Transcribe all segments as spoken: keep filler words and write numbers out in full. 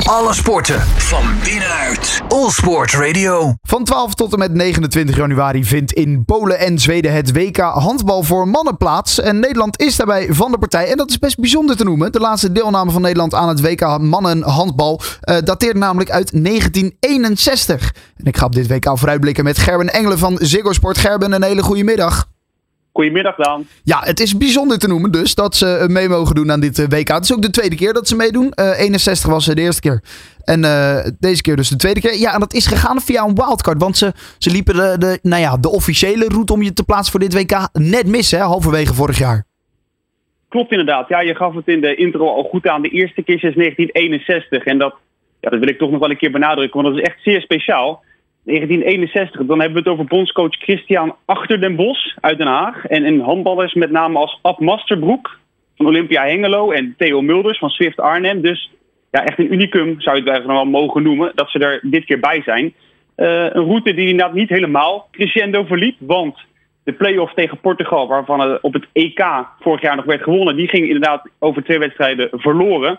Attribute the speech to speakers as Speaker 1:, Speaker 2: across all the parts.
Speaker 1: Alle sporten van binnenuit. All Sport Radio.
Speaker 2: Van twaalf tot en met negenentwintig januari vindt in Polen en Zweden het W K handbal voor mannen plaats. En Nederland is daarbij van de partij. En dat is best bijzonder te noemen. De laatste deelname van Nederland aan het W K mannen handbal uh, dateert namelijk uit negentien eenenzestig. En ik ga op dit W K vooruitblikken met Gerben Engelen van Ziggo Sport. Gerben, een hele goede middag.
Speaker 3: Goedemiddag, Daan.
Speaker 2: Ja, het is bijzonder te noemen dus dat ze mee mogen doen aan dit W K. Het is ook de tweede keer dat ze meedoen. Uh, eenenzestig was de eerste keer. En uh, deze keer dus de tweede keer. Ja, en dat is gegaan via een wildcard. Want ze, ze liepen de, de, nou ja, de officiële route om je te plaatsen voor dit W K net mis, hè, halverwege vorig jaar.
Speaker 3: Klopt inderdaad. Ja, je gaf het in de intro al goed aan. De eerste keer is negentien eenenzestig. En dat, ja, dat wil ik toch nog wel een keer benadrukken. Want dat is echt zeer speciaal. negentien eenenzestig, dan hebben we het over bondscoach Christian Achter den Bos uit Den Haag. En, en handballers met name als Ab Masterbroek van Olympia Hengelo en Theo Mulders van Swift Arnhem. Dus ja, echt een unicum zou je het eigenlijk wel mogen noemen, dat ze er dit keer bij zijn. Uh, een route die inderdaad niet helemaal crescendo verliep, want de play-off tegen Portugal, waarvan het op het E K vorig jaar nog werd gewonnen, die ging inderdaad over twee wedstrijden verloren.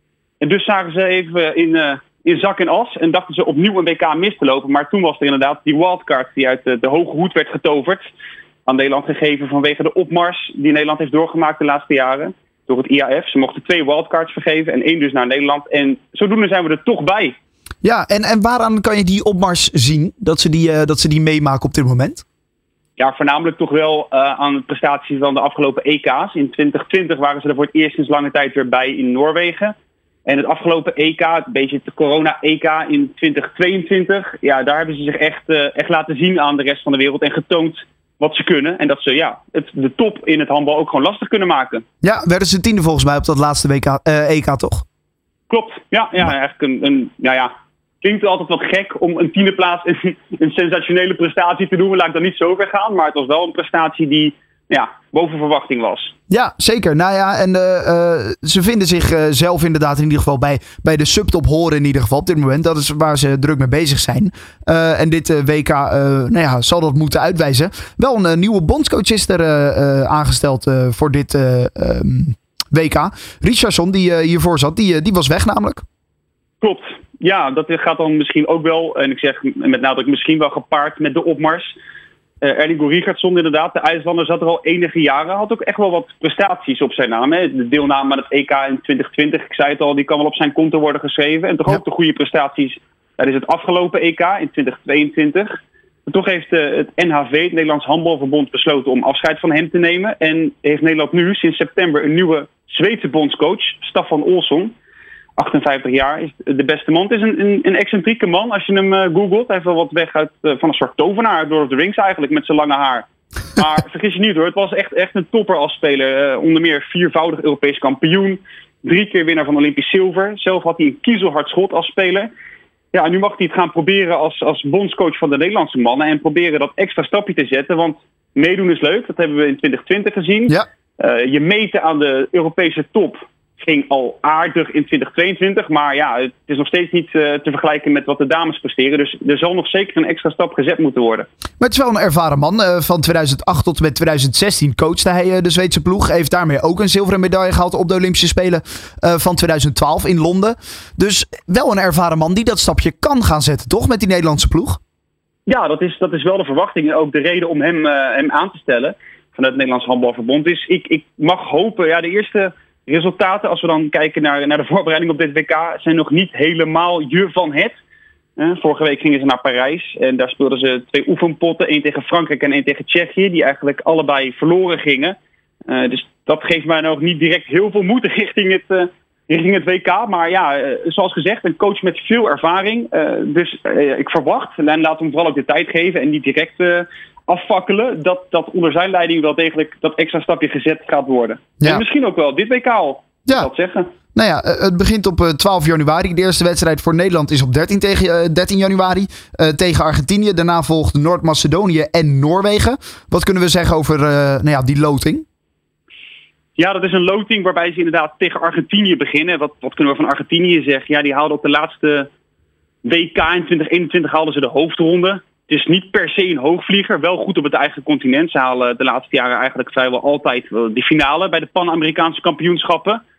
Speaker 3: En dus zagen ze even in... Uh, in zak en as en dachten ze opnieuw een W K mis te lopen. Maar toen was er inderdaad die wildcard die uit de, de hoge hoed werd getoverd. Aan Nederland gegeven vanwege de opmars die Nederland heeft doorgemaakt de laatste jaren. Door het I A F. Ze mochten twee wildcards vergeven en één dus naar Nederland. En zodoende zijn we er toch bij.
Speaker 2: Ja, en, en waaraan kan je die opmars zien? Dat ze die, uh, dat ze die meemaken op dit moment?
Speaker 3: Ja, voornamelijk toch wel uh, aan de prestaties van de afgelopen E K's. In twintig twintig waren ze er voor het eerst sinds lange tijd weer bij in Noorwegen. En het afgelopen E K, een beetje het corona-E K in twintig tweeëntwintig... ja, daar hebben ze zich echt, uh, echt laten zien aan de rest van de wereld en getoond wat ze kunnen. En dat ze ja, het, de top in het handbal ook gewoon lastig kunnen maken.
Speaker 2: Ja, werden ze tiende volgens mij op dat laatste W K, uh, E K, toch?
Speaker 3: Klopt, ja, ja eigenlijk een, een nou ja, klinkt altijd wat gek om een tiende plaats een, een sensationele prestatie te doen. Laat ik dan niet zo ver gaan, maar het was wel een prestatie die ja, boven verwachting was.
Speaker 2: Ja, zeker. Nou ja, en uh, uh, ze vinden zichzelf uh, inderdaad in ieder geval bij, bij de subtop horen in ieder geval op dit moment. Dat is waar ze druk mee bezig zijn. Uh, en dit uh, W K uh, nou ja, zal dat moeten uitwijzen. Wel een uh, nieuwe bondscoach is er uh, uh, aangesteld uh, voor dit uh, um, W K. Richardson, die uh, hiervoor zat, die, uh, die was weg namelijk.
Speaker 3: Klopt. Ja, dat gaat dan misschien ook wel, en ik zeg met nadruk misschien wel gepaard met de opmars. Uh, Erlingo Richardson inderdaad, de IJslander zat er al enige jaren. Had ook echt wel wat prestaties op zijn naam. Hè. De deelname aan het E K in twintig twintig, ik zei het al, die kan wel op zijn konto worden geschreven. En toch ja. ook de goede prestaties tijdens het afgelopen E K in twintig tweeëntwintig. Maar toch heeft uh, het N H V, het Nederlands Handbalverbond, besloten om afscheid van hem te nemen. En heeft Nederland nu sinds september een nieuwe Zweedse bondscoach, Staffan Olsson. achtenvijftig jaar, is de beste man. Het is een, een, een excentrieke man als je hem uh, googelt. Hij heeft wel wat weg uit, uh, van een soort tovenaar, Lord of the Rings eigenlijk, met zijn lange haar. Maar vergis je niet hoor, het was echt, echt een topper als speler. Uh, onder meer viervoudig Europees kampioen. Drie keer winnaar van Olympisch zilver. Zelf had hij een kiezelhard schot als speler. Ja, en nu mag hij het gaan proberen als, als bondscoach van de Nederlandse mannen. En proberen dat extra stapje te zetten. Want meedoen is leuk, dat hebben we in twintig twintig gezien. Ja. Uh, je meten aan de Europese top ging al aardig in twintig tweeëntwintig. Maar ja, het is nog steeds niet uh, te vergelijken met wat de dames presteren. Dus er zal nog zeker een extra stap gezet moeten worden.
Speaker 2: Maar het is wel een ervaren man. Uh, van tweeduizend acht tot en met tweeduizend zestien coachte hij uh, de Zweedse ploeg. Heeft daarmee ook een zilveren medaille gehaald op de Olympische Spelen uh, van tweeduizend twaalf in Londen. Dus wel een ervaren man die dat stapje kan gaan zetten, toch? Met die Nederlandse ploeg?
Speaker 3: Ja, dat is, dat is wel de verwachting. En ook de reden om hem, uh, hem aan te stellen van het Nederlands Handbalverbond is. Ik, ik mag hopen, ja, de eerste resultaten, als we dan kijken naar, naar de voorbereiding op dit W K, zijn nog niet helemaal je van het. Uh, vorige week gingen ze naar Parijs en daar speelden ze twee oefenpotten. één tegen Frankrijk en één tegen Tsjechië, die eigenlijk allebei verloren gingen. Uh, dus dat geeft mij nog niet direct heel veel moed richting het, uh, richting het W K. Maar ja, uh, zoals gezegd, een coach met veel ervaring. Uh, dus uh, ik verwacht, en laat hem vooral ook de tijd geven en niet direct uh, afvakkelen, dat, dat onder zijn leiding wel degelijk dat extra stapje gezet gaat worden. Ja. En misschien ook wel dit W K al, ja. Dat zeggen.
Speaker 2: Nou ja, het begint op twaalf januari. De eerste wedstrijd voor Nederland is op dertien, tegen, dertien januari uh, tegen Argentinië. Daarna volgt Noord-Macedonië en Noorwegen. Wat kunnen we zeggen over uh, nou ja, die loting?
Speaker 3: Ja, dat is een loting waarbij ze inderdaad tegen Argentinië beginnen. Wat, wat kunnen we van Argentinië zeggen? Ja, die haalden op de laatste W K in twintig eenentwintig haalden ze de hoofdronde. Het is niet per se een hoogvlieger, wel goed op het eigen continent. Ze halen de laatste jaren eigenlijk vrijwel altijd de finale bij de Pan-Amerikaanse kampioenschappen.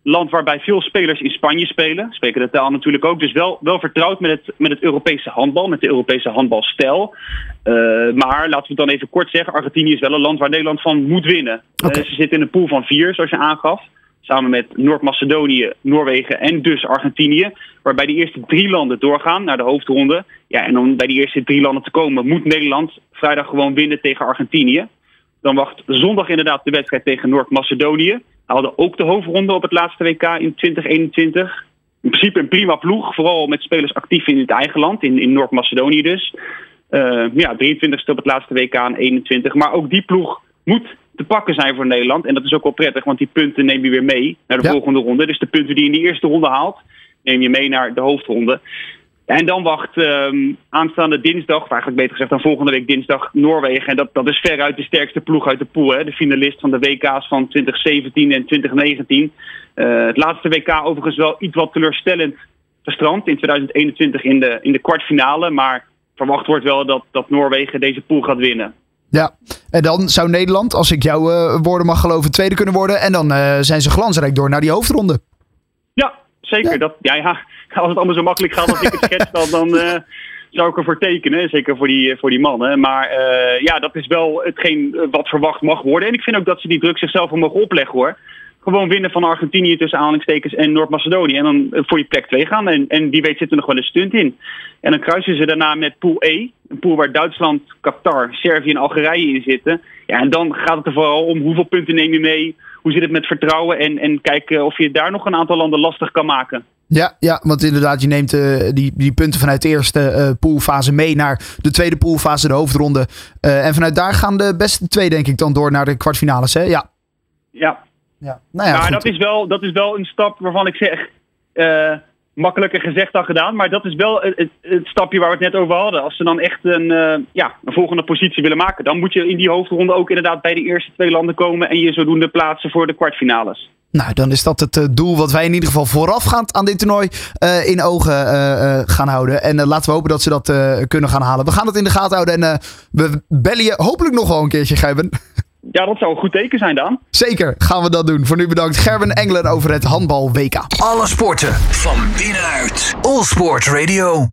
Speaker 3: Land waarbij veel spelers in Spanje spelen. Spreken de taal natuurlijk ook. Dus wel, wel vertrouwd met het, met het Europese handbal. Met de Europese handbalstijl. Uh, maar laten we het dan even kort zeggen. Argentinië is wel een land waar Nederland van moet winnen. Okay. Uh, ze zitten in een pool van vier, zoals je aangaf. Samen met Noord-Macedonië, Noorwegen en dus Argentinië. Waarbij die eerste drie landen doorgaan naar de hoofdronde. Ja, en om bij die eerste drie landen te komen moet Nederland vrijdag gewoon winnen tegen Argentinië. Dan wacht zondag inderdaad de wedstrijd tegen Noord-Macedonië. Haalden ook de hoofdronde op het laatste W K in twintig eenentwintig. In principe een prima ploeg. Vooral met spelers actief in het eigen land. In, in Noord-Macedonië dus. Uh, ja, drieëntwintigste op het laatste W K in eenentwintig. Maar ook die ploeg moet te pakken zijn voor Nederland. En dat is ook wel prettig, want die punten neem je weer mee naar de ja. volgende ronde. Dus de punten die je in de eerste ronde haalt, neem je mee naar de hoofdronde. En dan wacht um, aanstaande dinsdag, of eigenlijk beter gezegd dan volgende week dinsdag, Noorwegen. En dat, dat is veruit de sterkste ploeg uit de pool. Hè? De finalist van de W K's van twintig zeventien en twintig negentien. Uh, het laatste W K overigens wel iets wat teleurstellend gestrand in twintig eenentwintig in de, in de kwartfinale. Maar verwacht wordt wel dat, dat Noorwegen deze pool gaat winnen.
Speaker 2: Ja, en dan zou Nederland, als ik jouw uh, woorden mag geloven, tweede kunnen worden. En dan uh, zijn ze glansrijk door naar die hoofdronde.
Speaker 3: Ja, zeker.
Speaker 2: Ja. Dat,
Speaker 3: ja, ja, als het allemaal zo makkelijk gaat als ik het schets, dan, dan uh, zou ik ervoor tekenen. Zeker voor die, voor die mannen. Maar uh, ja, dat is wel hetgeen wat verwacht mag worden. En ik vind ook dat ze die druk zichzelf wel mogen opleggen, hoor. Gewoon winnen van Argentinië tussen aanhalingstekens en Noord-Macedonië. En dan voor je plek twee gaan. En, en wie weet zit er nog wel een stunt in. En dan kruisen ze daarna met pool E. Een pool waar Duitsland, Qatar, Servië en Algerije in zitten. Ja, en dan gaat het er vooral om hoeveel punten neem je mee. Hoe zit het met vertrouwen. En, en kijken of je daar nog een aantal landen lastig kan maken.
Speaker 2: Ja, ja, want inderdaad, je neemt uh, die, die punten vanuit de eerste uh, poolfase mee naar de tweede poolfase, de hoofdronde. Uh, en vanuit daar gaan de beste twee, denk ik, dan door naar de kwartfinales, hè? Ja.
Speaker 3: Ja.
Speaker 2: Ja, nou ja,
Speaker 3: maar dat is, wel, dat is wel een stap waarvan ik zeg, uh, makkelijker gezegd dan gedaan. Maar dat is wel het, het, het stapje waar we het net over hadden. Als ze dan echt een, uh, ja, een volgende positie willen maken, dan moet je in die hoofdronde ook inderdaad bij de eerste twee landen komen en je zodoende plaatsen voor de kwartfinales.
Speaker 2: Nou, dan is dat het uh, doel wat wij in ieder geval voorafgaand aan dit toernooi uh, in ogen uh, uh, gaan houden. En uh, laten we hopen dat ze dat uh, kunnen gaan halen. We gaan het in de gaten houden en uh, we bellen je hopelijk nog wel een keertje, Gerben.
Speaker 3: Ja, dat zou een goed teken zijn, Dan.
Speaker 2: Zeker, gaan we dat doen. Voor nu bedankt Gerben Engelen over het handbal W K.
Speaker 1: Alle sporten van binnenuit. All Sport Radio.